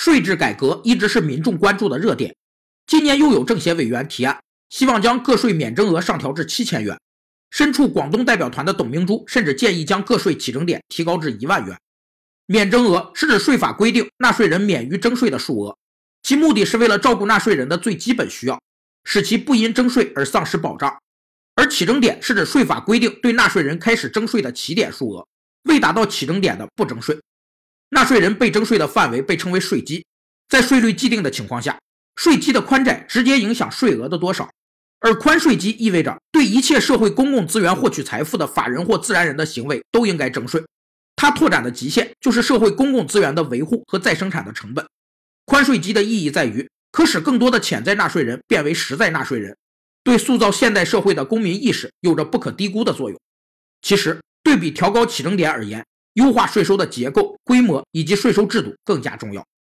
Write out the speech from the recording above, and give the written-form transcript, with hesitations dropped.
税制改革一直是民众关注的热点。今年又有政协委员提案，希望将个税免征额上调至7000元。身处广东代表团的董明珠甚至建议将个税起征点提高至1万元。免征额是指税法规定纳税人免于征税的数额，其目的是为了照顾纳税人的最基本需要，使其不因征税而丧失保障。而起征点是指税法规定对纳税人开始征税的起点数额，未达到起征点的不征税。纳税人被征税的范围被称为税基，在税率既定的情况下，税基的宽窄直接影响税额的多少，而宽税基意味着对一切社会公共资源获取财富的法人或自然人的行为都应该征税。它拓展的极限就是社会公共资源的维护和再生产的成本。宽税基的意义在于可使更多的潜在纳税人变为实在纳税人，对塑造现代社会的公民意识有着不可低估的作用。其实对比调高起征点而言，优化税收的结构、规模以及税收制度更加重要。